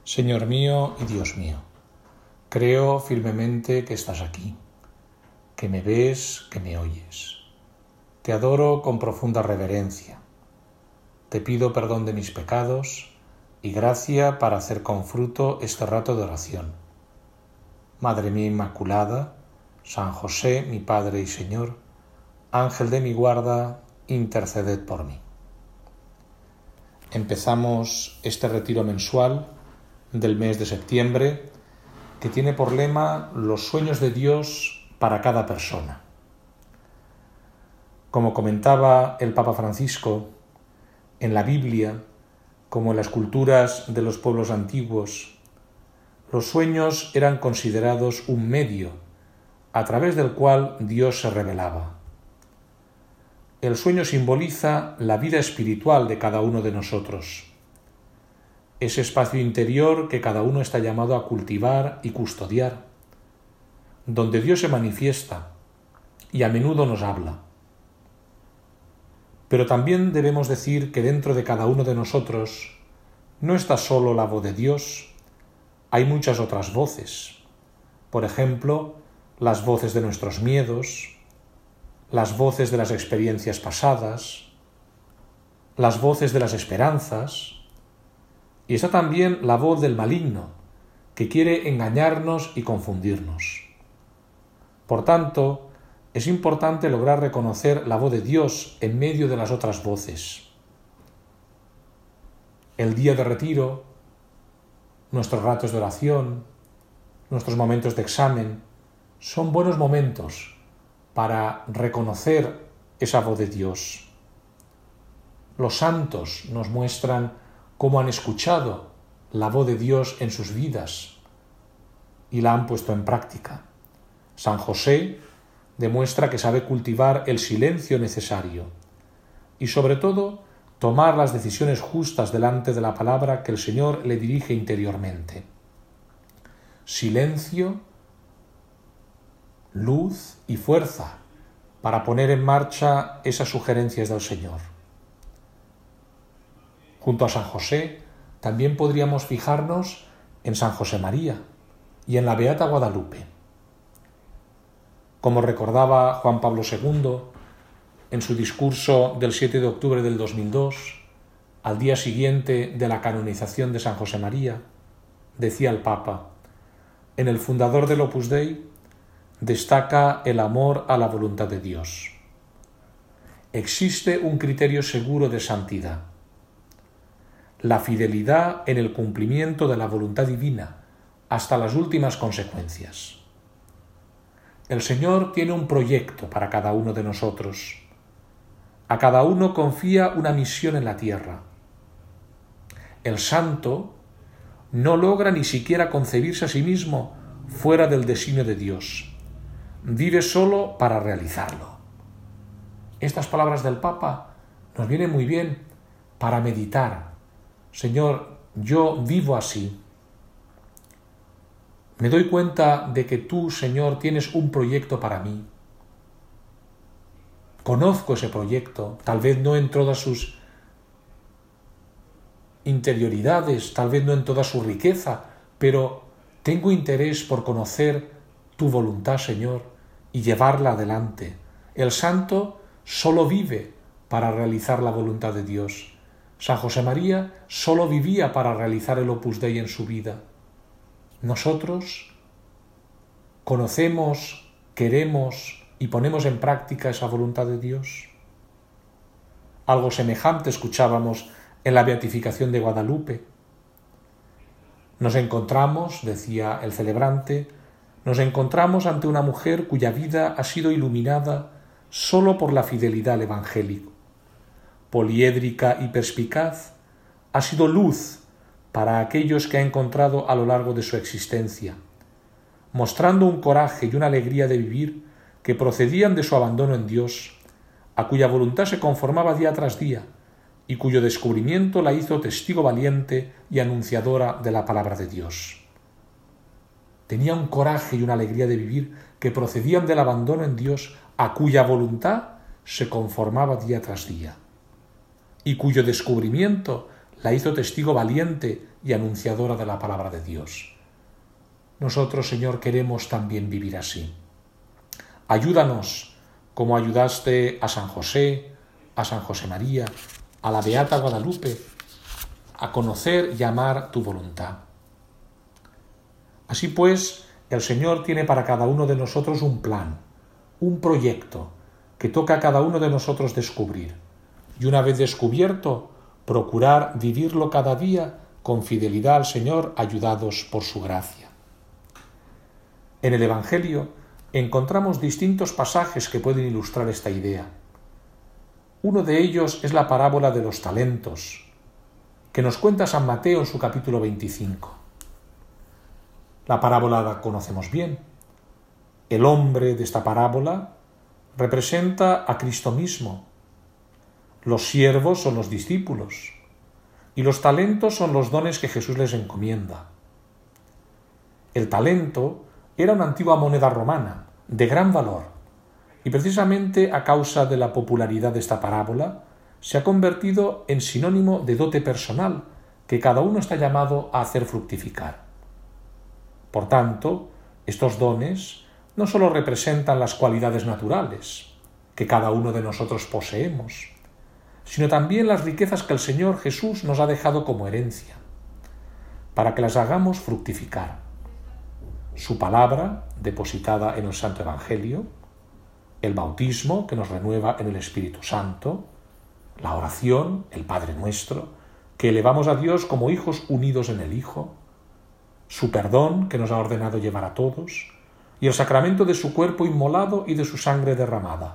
Señor mío y Dios mío, creo firmemente que estás aquí, que me ves, que me oyes. Te adoro con profunda reverencia. Te pido perdón de mis pecados y gracia para hacer con fruto este rato de oración. Madre mía Inmaculada, San José, mi Padre y Señor, Ángel de mi guarda, interceded por mí. Empezamos este retiro mensual del mes de septiembre, que tiene por lema los sueños de Dios para cada persona. Como comentaba el Papa Francisco, en la Biblia, como en las culturas de los pueblos antiguos, los sueños eran considerados un medio a través del cual Dios se revelaba. El sueño simboliza la vida espiritual de cada uno de nosotros, ese espacio interior que cada uno está llamado a cultivar y custodiar, donde Dios se manifiesta y a menudo nos habla. Pero también debemos decir que dentro de cada uno de nosotros no está solo la voz de Dios, hay muchas otras voces. Por ejemplo, las voces de nuestros miedos, las voces de las experiencias pasadas, las voces de las esperanzas, y está también la voz del maligno, que quiere engañarnos y confundirnos. Por tanto, es importante lograr reconocer la voz de Dios en medio de las otras voces. El día de retiro, nuestros ratos de oración, nuestros momentos de examen, son buenos momentos para reconocer esa voz de Dios. Los santos nos muestran cómo han escuchado la voz de Dios en sus vidas y la han puesto en práctica. San José demuestra que sabe cultivar el silencio necesario y, sobre todo, tomar las decisiones justas delante de la palabra que el Señor le dirige interiormente. Silencio, luz y fuerza para poner en marcha esas sugerencias del Señor. Junto a San José, también podríamos fijarnos en San José María y en la Beata Guadalupe. Como recordaba Juan Pablo II en su discurso del 7 de octubre del 2002, al día siguiente de la canonización de San José María, decía el Papa: en el fundador del Opus Dei destaca el amor a la voluntad de Dios. Existe un criterio seguro de santidad: la fidelidad en el cumplimiento de la voluntad divina hasta las últimas consecuencias. El Señor tiene un proyecto para cada uno de nosotros. A cada uno confía una misión en la tierra. El santo no logra ni siquiera concebirse a sí mismo fuera del designio de Dios. Vive solo para realizarlo. Estas palabras del Papa nos vienen muy bien para meditar. Señor, yo vivo así. Me doy cuenta de que tú, Señor, tienes un proyecto para mí. Conozco ese proyecto, tal vez no en todas sus interioridades, tal vez no en toda su riqueza, pero tengo interés por conocer tu voluntad, Señor, y llevarla adelante. El santo solo vive para realizar la voluntad de Dios. San José María solo vivía para realizar el Opus Dei en su vida. Nosotros conocemos, queremos y ponemos en práctica esa voluntad de Dios. Algo semejante escuchábamos en la beatificación de Guadalupe. Nos encontramos, decía el celebrante, nos encontramos ante una mujer cuya vida ha sido iluminada solo por la fidelidad al Evangelio. Poliédrica y perspicaz, ha sido luz para aquellos que ha encontrado a lo largo de su existencia, mostrando un coraje y una alegría de vivir que procedían de su abandono en Dios, a cuya voluntad se conformaba día tras día y cuyo descubrimiento la hizo testigo valiente y anunciadora de la palabra de Dios. Tenía un coraje y una alegría de vivir que procedían del abandono en Dios, a cuya voluntad se conformaba día tras día, y cuyo descubrimiento la hizo testigo valiente y anunciadora de la palabra de Dios. Nosotros, Señor, queremos también vivir así. Ayúdanos, como ayudaste a San José, a San José María, a la Beata Guadalupe, a conocer y amar tu voluntad. Así pues, el Señor tiene para cada uno de nosotros un plan, un proyecto, que toca a cada uno de nosotros descubrir. Y una vez descubierto, procurar vivirlo cada día con fidelidad al Señor, ayudados por su gracia. En el Evangelio encontramos distintos pasajes que pueden ilustrar esta idea. Uno de ellos es la parábola de los talentos, que nos cuenta San Mateo en su capítulo 25. La parábola la conocemos bien. El hombre de esta parábola representa a Cristo mismo. Los siervos son los discípulos y los talentos son los dones que Jesús les encomienda. El talento era una antigua moneda romana de gran valor y precisamente a causa de la popularidad de esta parábola se ha convertido en sinónimo de dote personal que cada uno está llamado a hacer fructificar. Por tanto, estos dones no solo representan las cualidades naturales que cada uno de nosotros poseemos, sino también las riquezas que el Señor Jesús nos ha dejado como herencia, para que las hagamos fructificar. Su palabra, depositada en el Santo Evangelio, el bautismo, que nos renueva en el Espíritu Santo, la oración, el Padre Nuestro, que elevamos a Dios como hijos unidos en el Hijo, su perdón, que nos ha ordenado llevar a todos, y el sacramento de su cuerpo inmolado y de su sangre derramada.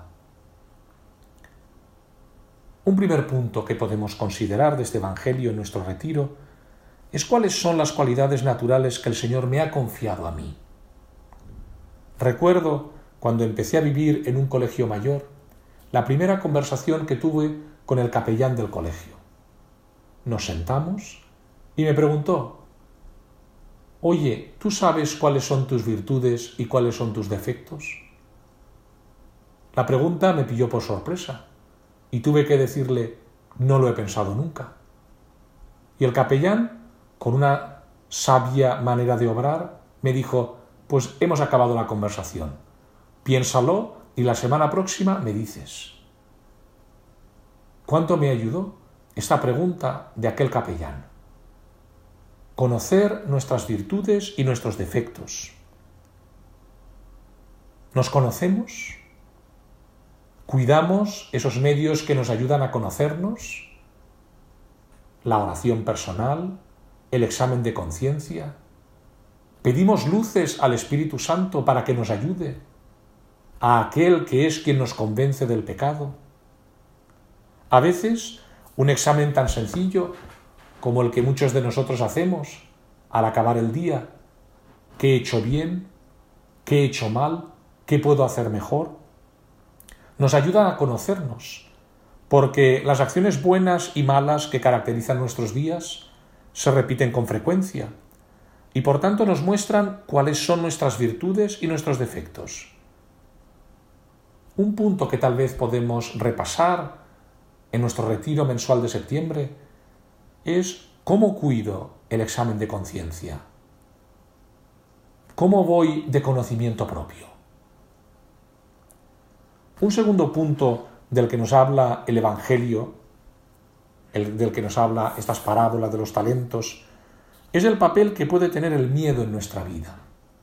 Un primer punto que podemos considerar de este Evangelio en nuestro retiro es cuáles son las cualidades naturales que el Señor me ha confiado a mí. Recuerdo, cuando empecé a vivir en un colegio mayor, la primera conversación que tuve con el capellán del colegio. Nos sentamos y me preguntó: «Oye, ¿tú sabes cuáles son tus virtudes y cuáles son tus defectos?». La pregunta me pilló por sorpresa y tuve que decirle: «No lo he pensado nunca». Y el capellán, con una sabia manera de obrar, me dijo: «Pues hemos acabado la conversación. Piénsalo y la semana próxima me dices». ¿Cuánto me ayudó esta pregunta de aquel capellán? Conocer nuestras virtudes y nuestros defectos. ¿Nos conocemos? ¿Cuidamos esos medios que nos ayudan a conocernos? La oración personal, el examen de conciencia. ¿Pedimos luces al Espíritu Santo para que nos ayude a aquel que es quien nos convence del pecado? A veces, un examen tan sencillo como el que muchos de nosotros hacemos al acabar el día: ¿qué he hecho bien? ¿Qué he hecho mal? ¿Qué puedo hacer mejor? Nos ayuda a conocernos, porque las acciones buenas y malas que caracterizan nuestros días se repiten con frecuencia y por tanto nos muestran cuáles son nuestras virtudes y nuestros defectos. Un punto que tal vez podemos repasar en nuestro retiro mensual de septiembre es cómo cuido el examen de conciencia. ¿Cómo voy de conocimiento propio? Un segundo punto del que nos habla el Evangelio, del que nos habla estas parábolas de los talentos, es el papel que puede tener el miedo en nuestra vida.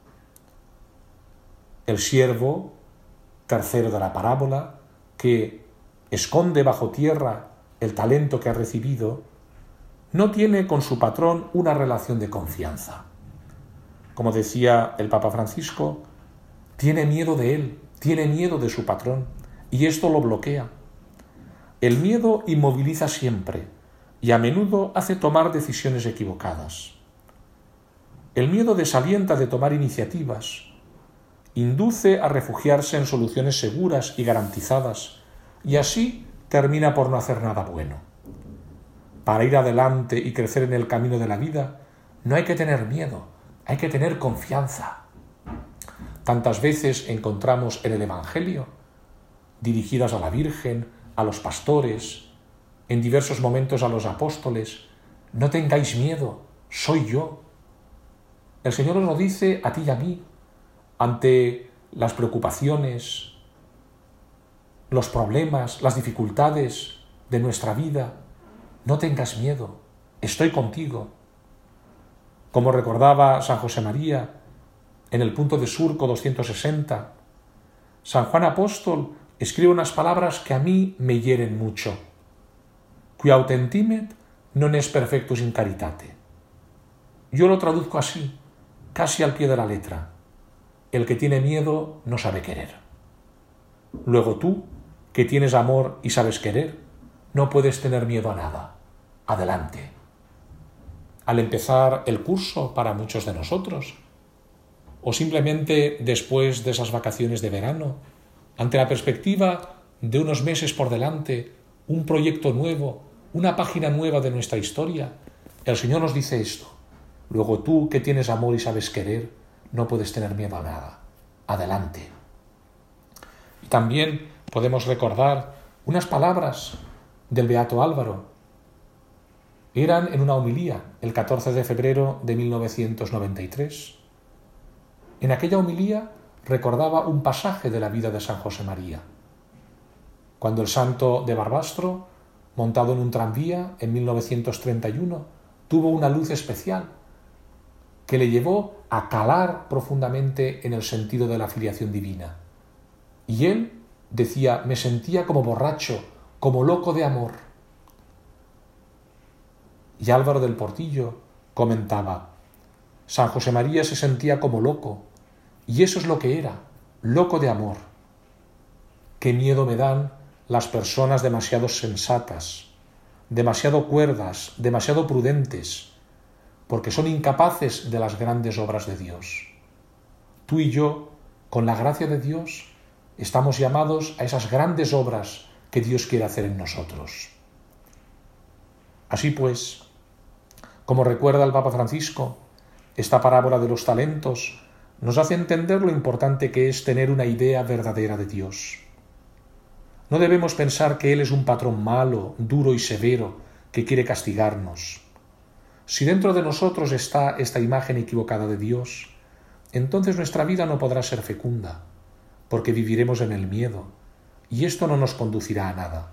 El siervo, tercero de la parábola, que esconde bajo tierra el talento que ha recibido, no tiene con su patrón una relación de confianza. Como decía el Papa Francisco, tiene miedo de él, tiene miedo de su patrón, y esto lo bloquea. El miedo inmoviliza siempre y a menudo hace tomar decisiones equivocadas. El miedo desalienta de tomar iniciativas, induce a refugiarse en soluciones seguras y garantizadas, y así termina por no hacer nada bueno. Para ir adelante y crecer en el camino de la vida, no hay que tener miedo, hay que tener confianza. Tantas veces encontramos en el Evangelio, dirigidas a la Virgen, a los pastores, en diversos momentos a los apóstoles, no tengáis miedo, soy yo. El Señor nos lo dice a ti y a mí ante las preocupaciones, los problemas, las dificultades de nuestra vida. No tengas miedo, estoy contigo. Como recordaba San José María en el punto de Surco 260, San Juan Apóstol escribe unas palabras que a mí me hieren mucho. Qui autentimet non es perfectus in caritate. Yo lo traduzco así, casi al pie de la letra. El que tiene miedo no sabe querer. Luego tú, que tienes amor y sabes querer, no puedes tener miedo a nada. Adelante. Al empezar el curso para muchos de nosotros, o simplemente después de esas vacaciones de verano, ante la perspectiva de unos meses por delante, un proyecto nuevo, una página nueva de nuestra historia, el Señor nos dice esto. Luego tú, que tienes amor y sabes querer, no puedes tener miedo a nada. Adelante. Y también podemos recordar unas palabras del Beato Álvaro. Eran en una homilía, el 14 de febrero de 1993. En aquella homilía recordaba un pasaje de la vida de San José María. Cuando el santo de Barbastro, montado en un tranvía en 1931, tuvo una luz especial que le llevó a calar profundamente en el sentido de la filiación divina. Y él decía, me sentía como borracho, como loco de amor. Y Álvaro del Portillo comentaba, San José María se sentía como loco, y eso es lo que era, loco de amor. Qué miedo me dan las personas demasiado sensatas, demasiado cuerdas, demasiado prudentes, porque son incapaces de las grandes obras de Dios. Tú y yo, con la gracia de Dios, estamos llamados a esas grandes obras que Dios quiere hacer en nosotros. Así pues, como recuerda el Papa Francisco, esta parábola de los talentos nos hace entender lo importante que es tener una idea verdadera de Dios. No debemos pensar que Él es un patrón malo, duro y severo, que quiere castigarnos. Si dentro de nosotros está esta imagen equivocada de Dios, entonces nuestra vida no podrá ser fecunda, porque viviremos en el miedo, y esto no nos conducirá a nada.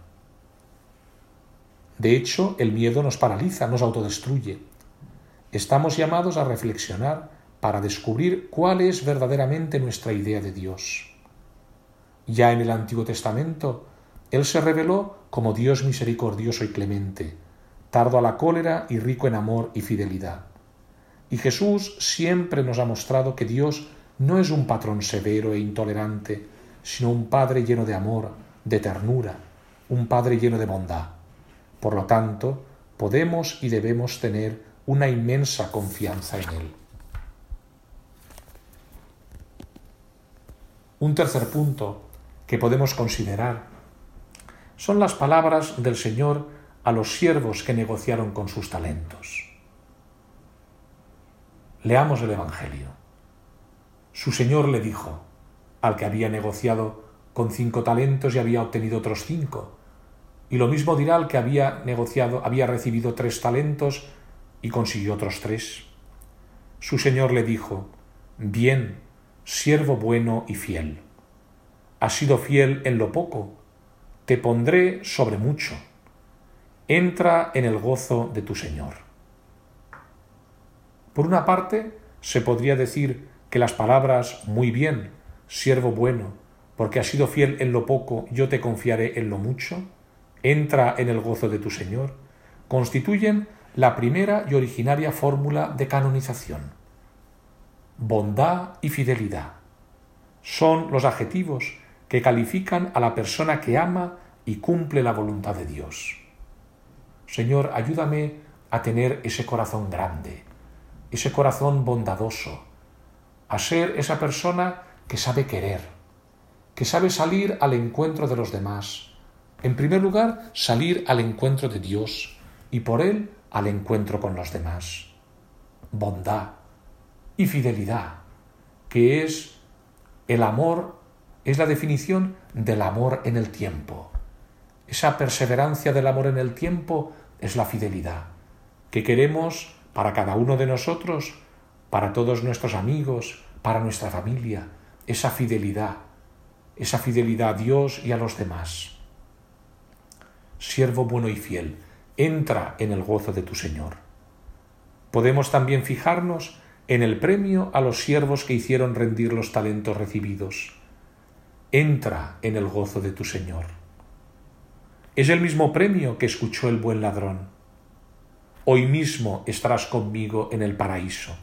De hecho, el miedo nos paraliza, nos autodestruye. Estamos llamados a reflexionar para descubrir cuál es verdaderamente nuestra idea de Dios. Ya en el Antiguo Testamento, Él se reveló como Dios misericordioso y clemente, tardo a la cólera y rico en amor y fidelidad. Y Jesús siempre nos ha mostrado que Dios no es un patrón severo e intolerante, sino un Padre lleno de amor, de ternura, un Padre lleno de bondad. Por lo tanto, podemos y debemos tener una inmensa confianza en Él. Un tercer punto que podemos considerar son las palabras del Señor a los siervos que negociaron con sus talentos. Leamos el Evangelio. Su Señor le dijo al que había negociado con 5 talentos y había obtenido otros 5, y lo mismo dirá al que había recibido 3 talentos y consiguió otros 3. Su Señor le dijo, bien, siervo bueno y fiel. Has sido fiel en lo poco, te pondré sobre mucho. Entra en el gozo de tu Señor. Por una parte, se podría decir que las palabras muy bien, siervo bueno, porque has sido fiel en lo poco, yo te confiaré en lo mucho, entra en el gozo de tu Señor, constituyen la primera y originaria fórmula de canonización. Bondad y fidelidad son los adjetivos que califican a la persona que ama y cumple la voluntad de Dios. Señor, ayúdame a tener ese corazón grande, ese corazón bondadoso, a ser esa persona que sabe querer, que sabe salir al encuentro de los demás. En primer lugar, salir al encuentro de Dios y por Él al encuentro con los demás. Bondad y fidelidad, que es el amor, es la definición del amor en el tiempo. Esa perseverancia del amor en el tiempo es la fidelidad. que queremos para cada uno de nosotros, para todos nuestros amigos, para nuestra familia, esa fidelidad a Dios y a los demás. Siervo bueno y fiel, entra en el gozo de tu Señor. Podemos también fijarnos en el premio a los siervos que hicieron rendir los talentos recibidos. Entra en el gozo de tu Señor. Es el mismo premio que escuchó el buen ladrón. Hoy mismo estarás conmigo en el paraíso.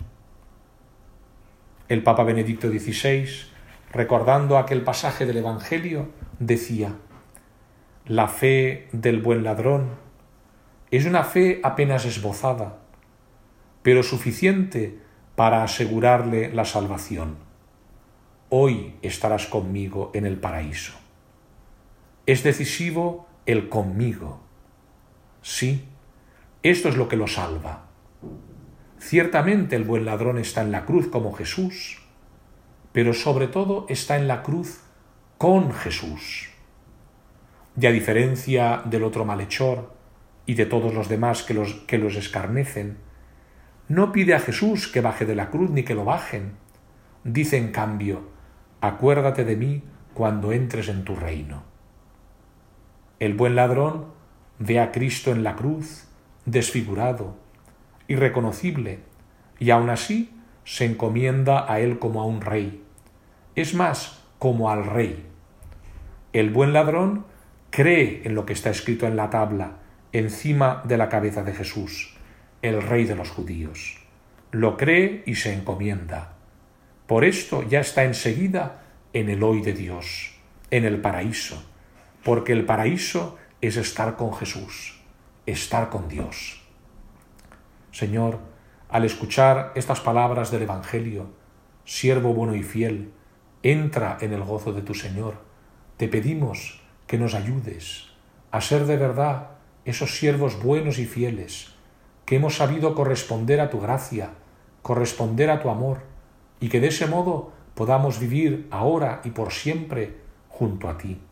El Papa Benedicto XVI, recordando aquel pasaje del Evangelio, decía: la fe del buen ladrón es una fe apenas esbozada, pero suficiente para asegurarle la salvación. Hoy estarás conmigo en el paraíso. Es decisivo el conmigo. Sí, esto es lo que lo salva. Ciertamente el buen ladrón está en la cruz como Jesús, pero sobre todo está en la cruz con Jesús. Y a diferencia del otro malhechor y de todos los demás que los escarnecen, no pide a Jesús que baje de la cruz ni que lo bajen. Dice en cambio: acuérdate de mí cuando entres en tu reino. El buen ladrón ve a Cristo en la cruz, desfigurado, irreconocible, y aún así se encomienda a él como a un rey. Es más, como al rey. El buen ladrón cree en lo que está escrito en la tabla, encima de la cabeza de Jesús, el rey de los judíos. Lo cree y se encomienda. Por esto ya está enseguida en el hoy de Dios, en el paraíso, porque el paraíso es estar con Jesús, estar con Dios. Señor, al escuchar estas palabras del Evangelio, siervo bueno y fiel, entra en el gozo de tu Señor, te pedimos que nos ayudes a ser de verdad esos siervos buenos y fieles, que hemos sabido corresponder a tu gracia, corresponder a tu amor, y que de ese modo podamos vivir ahora y por siempre junto a ti.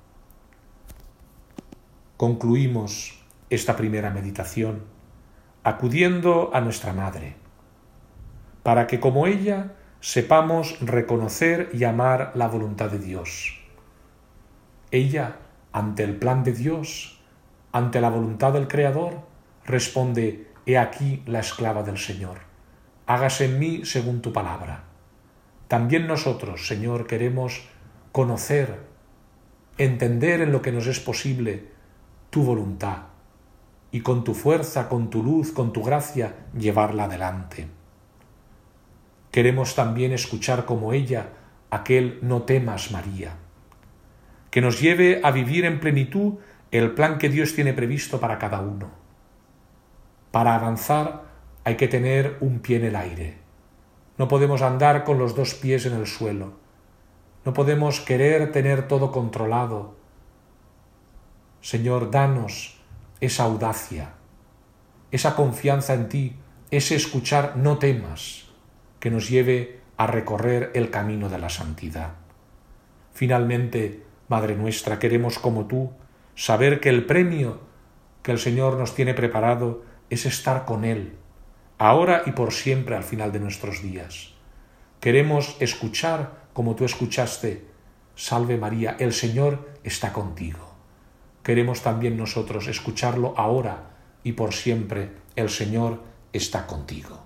Concluimos esta primera meditación acudiendo a nuestra Madre, para que como ella sepamos reconocer y amar la voluntad de Dios. Ella, ante el plan de Dios, ante la voluntad del Creador, responde: he aquí la esclava del Señor, hágase en mí según tu palabra. También nosotros, Señor, queremos conocer, entender en lo que nos es posible tu voluntad y con tu fuerza, con tu luz, con tu gracia, llevarla adelante. Queremos también escuchar como ella aquel no temas, María, que nos lleve a vivir en plenitud el plan que Dios tiene previsto para cada uno. Para avanzar hay que tener un pie en el aire. No podemos andar con los dos pies en el suelo. No podemos querer tener todo controlado. Señor, danos esa audacia, esa confianza en ti, ese escuchar no temas, que nos lleve a recorrer el camino de la santidad. Finalmente, Madre nuestra, queremos como tú saber que el premio que el Señor nos tiene preparado es estar con Él, ahora y por siempre al final de nuestros días. Queremos escuchar como tú escuchaste: Salve María, el Señor está contigo. Queremos también nosotros escucharlo ahora y por siempre: el Señor está contigo.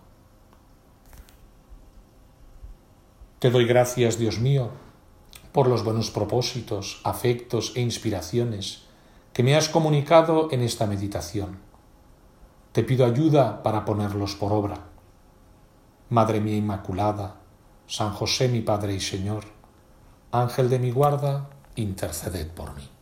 Te doy gracias, Dios mío, por los buenos propósitos, afectos e inspiraciones que me has comunicado en esta meditación. Te pido ayuda para ponerlos por obra. Madre mía Inmaculada, San José mi Padre y Señor, Ángel de mi guarda, interceded por mí.